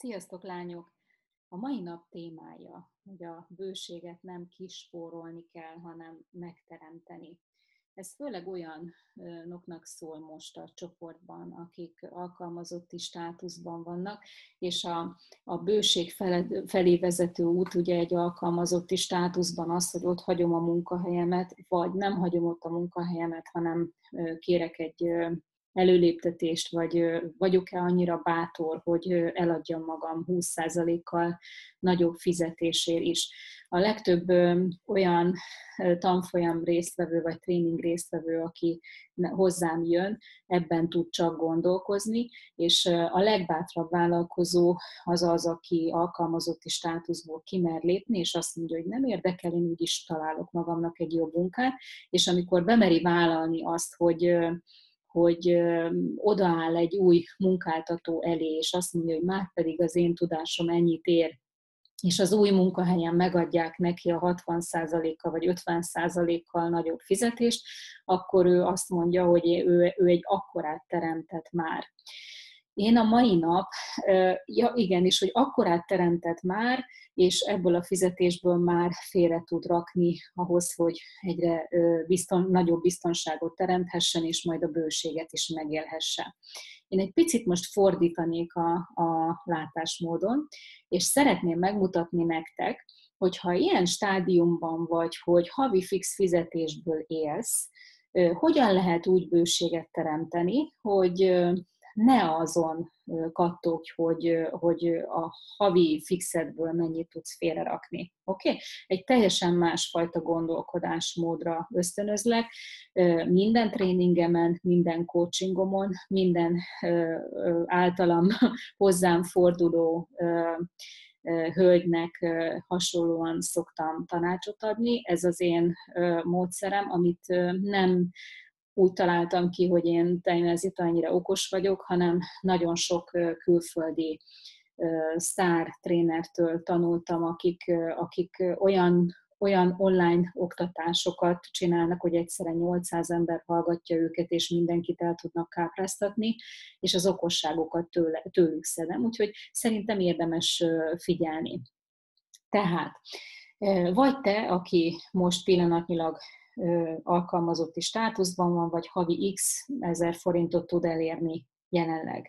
Sziasztok, lányok! A mai nap témája, hogy a bőséget nem kispórolni kell, hanem megteremteni. Ez főleg olyanoknak szól most a csoportban, akik alkalmazotti státuszban vannak, és a bőség felé vezető út ugye egy alkalmazotti státuszban az, hogy ott hagyom a munkahelyemet, vagy nem hagyom ott a munkahelyemet, hanem kérek egy előléptetést, vagy vagyok-e annyira bátor, hogy eladjam magam 20%-kal nagyobb fizetésért is. A legtöbb olyan tanfolyam résztvevő, vagy tréning résztvevő, aki hozzám jön, ebben tud csak gondolkozni, és a legbátrabb vállalkozó az az, aki alkalmazotti státuszból kimer lépni, és azt mondja, hogy nem érdekel, én úgyis találok magamnak egy jobb munkát, és amikor bemeri vállalni azt, hogy odaáll egy új munkáltató elé, és azt mondja, hogy már pedig az én tudásom ennyit ér, és az új munkahelyen megadják neki a 60%-kal vagy 50%-kal nagyobb fizetést, akkor ő azt mondja, hogy ő egy akkorát teremtett már. Én a mai nap, ja igenis, hogy akkorát teremtett már, és ebből a fizetésből már félre tud rakni ahhoz, hogy egyre nagyobb biztonságot teremthessen, és majd a bőséget is megélhesse. Én egy picit most fordítanék a látásmódon, és szeretném megmutatni nektek, hogyha ilyen stádiumban vagy, hogy havi fix fizetésből élsz, hogyan lehet úgy bőséget teremteni, hogy ne azon kattogj, hogy a havi fixedből mennyit tudsz félrerakni. Oké? Egy teljesen másfajta gondolkodásmódra ösztönözlek. Minden tréningemen, minden coachingomon, minden általam hozzám forduló hölgynek hasonlóan szoktam tanácsot adni. Ez az én módszerem, amit nem úgy találtam ki, hogy én tényleg annyira okos vagyok, hanem nagyon sok külföldi sztár trénertől tanultam, akik olyan online oktatásokat csinálnak, hogy egyszerűen 800 ember hallgatja őket, és mindenkit el tudnak kápráztatni, és az okosságokat tőlük szedem. Úgyhogy szerintem érdemes figyelni. Tehát, vagy te, aki most pillanatnyilag alkalmazotti státuszban van, vagy havi x ezer forintot tud elérni jelenleg.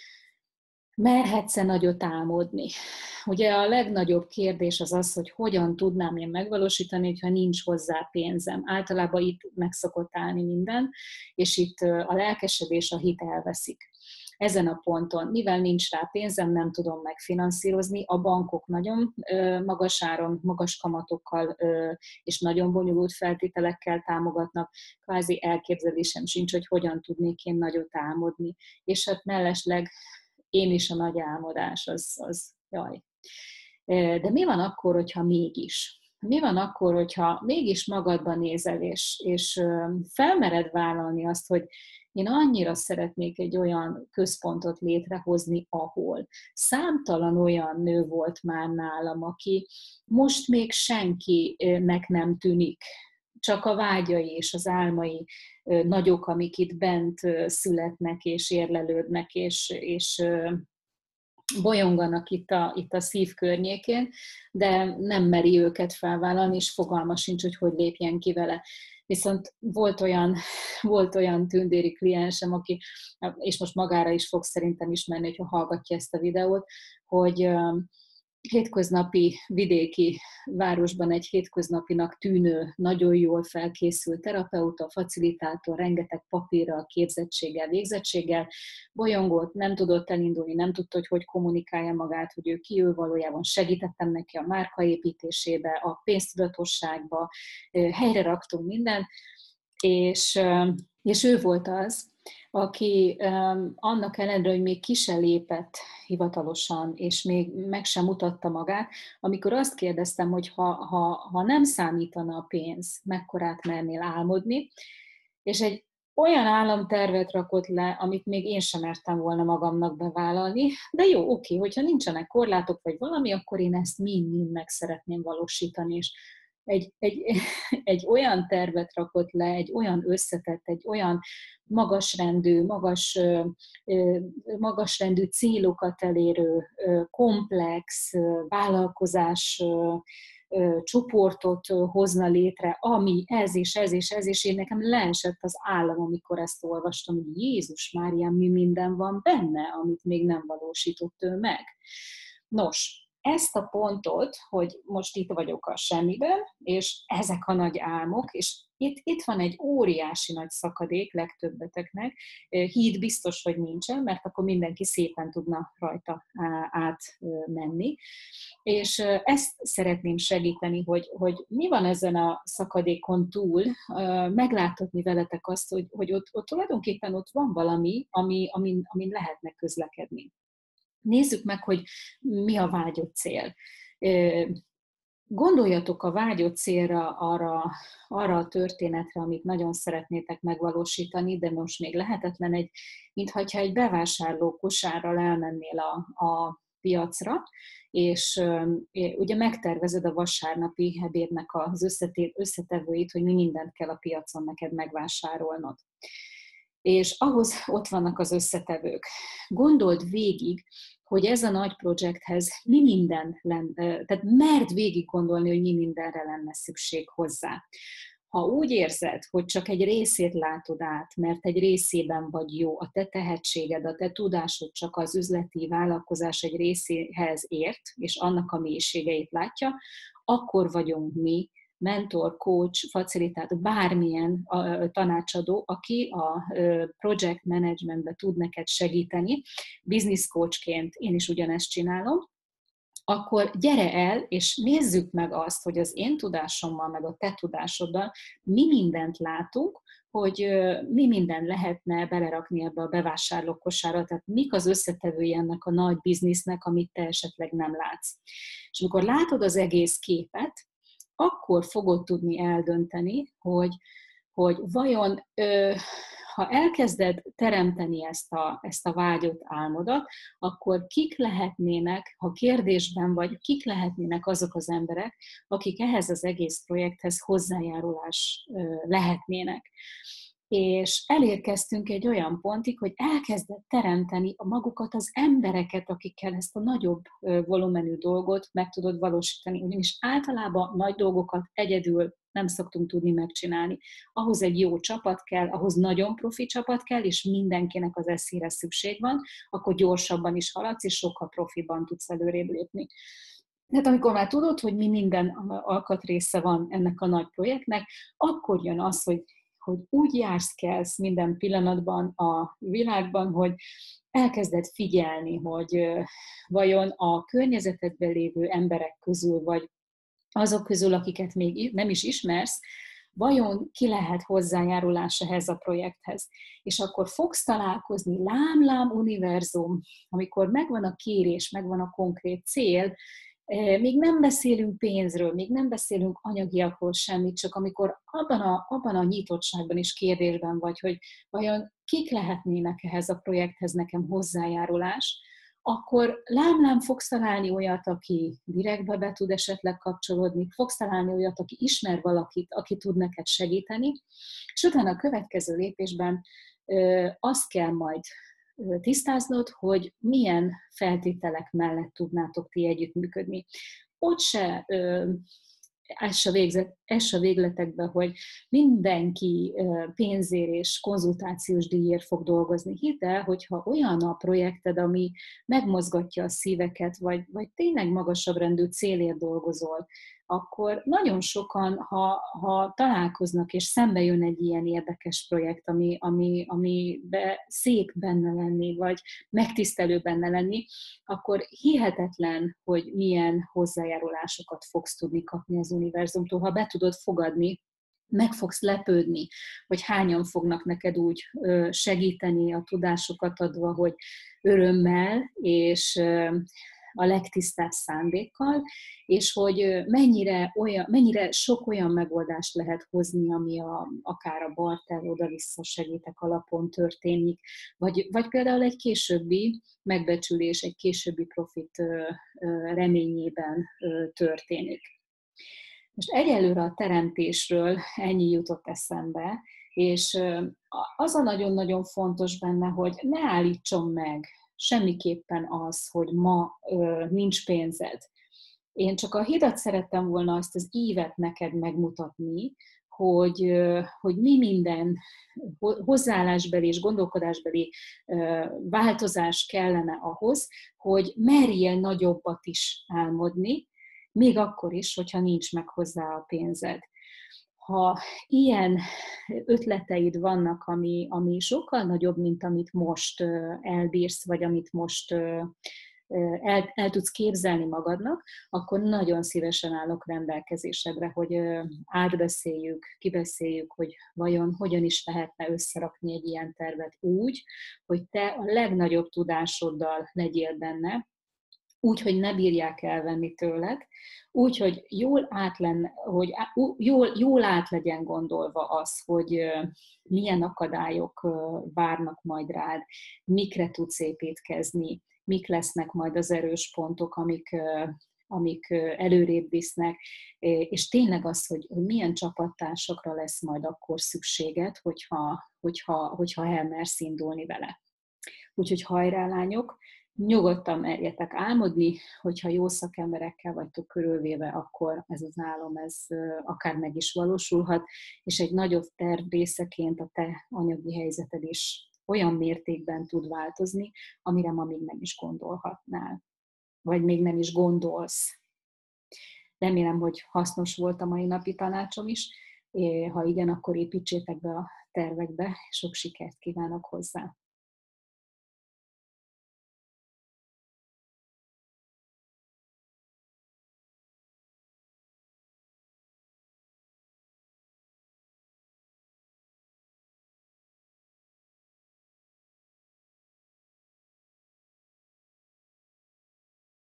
Merhetsz-e nagyot álmodni? Ugye a legnagyobb kérdés az az, hogy hogyan tudnám én megvalósítani, hogyha nincs hozzá pénzem. Általában itt meg szokott állni minden, és itt a lelkesedés, a hit elveszik. Ezen a ponton, mivel nincs rá pénzem, nem tudom megfinanszírozni, a bankok nagyon magas áron, magas kamatokkal és nagyon bonyolult feltételekkel támogatnak, kvázi elképzelésem sincs, hogy hogyan tudnék én nagyot álmodni. És hát mellesleg én is a nagy álmodás, az jaj. De mi van akkor, hogyha mégis? Mi van akkor, hogyha mégis magadban nézel, és felmered vállalni azt, hogy én annyira szeretnék egy olyan központot létrehozni, ahol számtalan olyan nő volt már nálam, aki most még senkinek nem tűnik, csak a vágyai és az álmai nagyok, amik itt bent születnek és érlelődnek, és bolyonganak itt a szív környékén, de nem meri őket felvállalni, és fogalma sincs, hogy lépjen ki vele. Viszont volt olyan tündéri kliensem, aki, és most magára is fog szerintem ismerni, hogyha hallgatja ezt a videót, hogy hétköznapi vidéki városban egy hétköznapinak tűnő, nagyon jól felkészült terapeuta, facilitátor, rengeteg papírral, képzettséggel, végzettséggel, bolyongott, nem tudott elindulni, nem tudta, hogy kommunikálja magát, hogy ő ki, ő valójában segítettem neki a márkaépítésébe, a pénztudatosságba, helyre raktunk mindent, és ő volt az, aki annak ellenére, hogy még ki se lépett hivatalosan, és még meg sem mutatta magát, amikor azt kérdeztem, hogy ha nem számítana a pénz, mekkorát mernél álmodni, és egy olyan államtervet rakott le, amit még én sem mertem volna magamnak bevállalni, de jó, oké, hogyha nincsenek korlátok vagy valami, akkor én ezt mind meg szeretném valósítani, és egy olyan tervet rakott le, egy olyan összetett, egy olyan magasrendű célokat elérő, komplex vállalkozás csoportot hozna létre, ami ez és ez és ez, és én nekem leesett az állam, amikor ezt olvastam, hogy Jézus Mária, mi minden van benne, amit még nem valósított ő meg. Nos, ezt a pontot, hogy most itt vagyok a semmiben, és ezek a nagy álmok, és itt van egy óriási nagy szakadék legtöbbeteknek, híd biztos, hogy nincsen, mert akkor mindenki szépen tudna rajta átmenni. És ezt szeretném segíteni, hogy mi van ezen a szakadékon túl, megláthatni veletek azt, hogy ott tulajdonképpen ott van valami, amin lehetne közlekedni. Nézzük meg, hogy mi a vágyott cél. Gondoljatok a vágyott célra, arra a történetre, amit nagyon szeretnétek megvalósítani, de most még lehetetlen, mintha egy bevásárló kosárral elmennél a piacra, és ugye megtervezed a vasárnapi ebédnek az összetevőit, hogy mi mindent kell a piacon neked megvásárolnod. És ahhoz ott vannak az összetevők. Gondold végig, hogy ez a nagy projekthez mi minden lenne, tehát merd végig gondolni, hogy mi mindenre lenne szükség hozzá. Ha úgy érzed, hogy csak egy részét látod át, mert egy részében vagy jó, a te tehetséged, a te tudásod csak az üzleti vállalkozás egy részéhez ért, és annak a mélységeit látja, akkor vagyunk mi, mentor, coach, facilitátor, bármilyen tanácsadó, aki a project managementbe tud neked segíteni, business coachként én is ugyanezt csinálom, akkor gyere el, és nézzük meg azt, hogy az én tudásommal, meg a te tudásoddal mi mindent látunk, hogy mi minden lehetne belerakni ebbe a bevásárlókosárba, tehát mik az összetevői ennek a nagy biznisznek, amit te esetleg nem látsz. És amikor látod az egész képet, akkor fogod tudni eldönteni, hogy vajon, ha elkezded teremteni ezt a vágyott álmodat, akkor kik lehetnének, ha kérdésben vagy, kik lehetnének azok az emberek, akik ehhez az egész projekthez hozzájárulás lehetnének. És elérkeztünk egy olyan pontig, hogy elkezdett teremteni magukat az embereket, akikkel ezt a nagyobb volumenű dolgot meg tudod valósítani. Ugyanis általában nagy dolgokat egyedül nem szoktunk tudni megcsinálni. Ahhoz egy jó csapat kell, ahhoz nagyon profi csapat kell, és mindenkinek az eszére szükség van, akkor gyorsabban is haladsz, és sokkal profiban tudsz előrébb lépni. Tehát amikor már tudod, hogy mi minden alkatrésze van ennek a nagy projektnek, akkor jön az, hogy úgy jársz-kelsz minden pillanatban a világban, hogy elkezded figyelni, hogy vajon a környezetedben lévő emberek közül, vagy azok közül, akiket még nem is ismersz, vajon ki lehet hozzájárulás ehhez a projekthez. És akkor fogsz találkozni, lám univerzum, amikor megvan a kérés, megvan a konkrét cél, még nem beszélünk pénzről, még nem beszélünk anyagiakról semmit, csak amikor abban a nyitottságban és kérdésben vagy, hogy vajon kik lehetnének ehhez a projekthez nekem hozzájárulás, akkor lám fogsz találni olyat, aki direktbe be tud esetleg kapcsolódni, fogsz találni olyat, aki ismer valakit, aki tud neked segíteni, és utána a következő lépésben azt kell majd tisztáznod, hogy milyen feltételek mellett tudnátok ti együttműködni. Ott se ess a végletekbe, hogy mindenki pénzért és konzultációs díjért fog dolgozni. Hidd el, hogyha olyan a projekted, ami megmozgatja a szíveket, vagy tényleg magasabb rendű célért dolgozol, akkor nagyon sokan, ha találkoznak és szembe jön egy ilyen érdekes projekt, amibe szép benne lenni, vagy megtisztelő benne lenni, akkor hihetetlen, hogy milyen hozzájárulásokat fogsz tudni kapni az univerzumtól, ha be tudod fogadni, meg fogsz lepődni, hogy hányan fognak neked úgy segíteni a tudásokat adva, hogy örömmel és a legtisztább szándékkal, és hogy mennyire sok olyan megoldást lehet hozni, ami akár a barter oda-vissza segítek alapon történik, vagy például egy későbbi megbecsülés, egy későbbi profit reményében történik. Most egyelőre a teremtésről ennyi jutott eszembe, és az a nagyon-nagyon fontos benne, hogy ne állítson meg semmiképpen az, hogy ma nincs pénzed. Én csak a hidat szerettem volna, azt az ívet neked megmutatni, hogy mi minden hozzáállásbeli és gondolkodásbeli változás kellene ahhoz, hogy merjél nagyobbat is álmodni, még akkor is, hogyha nincs meg hozzá a pénzed. Ha ilyen ötleteid vannak, ami sokkal nagyobb, mint amit most elbírsz, vagy amit most el tudsz képzelni magadnak, akkor nagyon szívesen állok rendelkezésedre, hogy átbeszéljük, kibeszéljük, hogy vajon hogyan is lehetne összerakni egy ilyen tervet úgy, hogy te a legnagyobb tudásoddal legyél benne, úgy, hogy ne bírják elvenni tőled, úgy, hogy jól át legyen gondolva az, hogy milyen akadályok várnak majd rád, mikre tudsz építkezni, mik lesznek majd az erős pontok, amik előrébb visznek, és tényleg az, hogy milyen csapattársakra lesz majd akkor szükséged, hogyha elmersz indulni vele. Úgyhogy hajrá, lányok! Nyugodtan merjetek álmodni, hogyha jó szakemberekkel vagytok körülvéve, akkor ez az álom, ez akár meg is valósulhat, és egy nagyobb terv részeként a te anyagi helyzeted is olyan mértékben tud változni, amire ma még nem is gondolhatnál, vagy még nem is gondolsz. Remélem, hogy hasznos volt a mai napi tanácsom is. Ha igen, akkor építsétek be a tervekbe, sok sikert kívánok hozzá!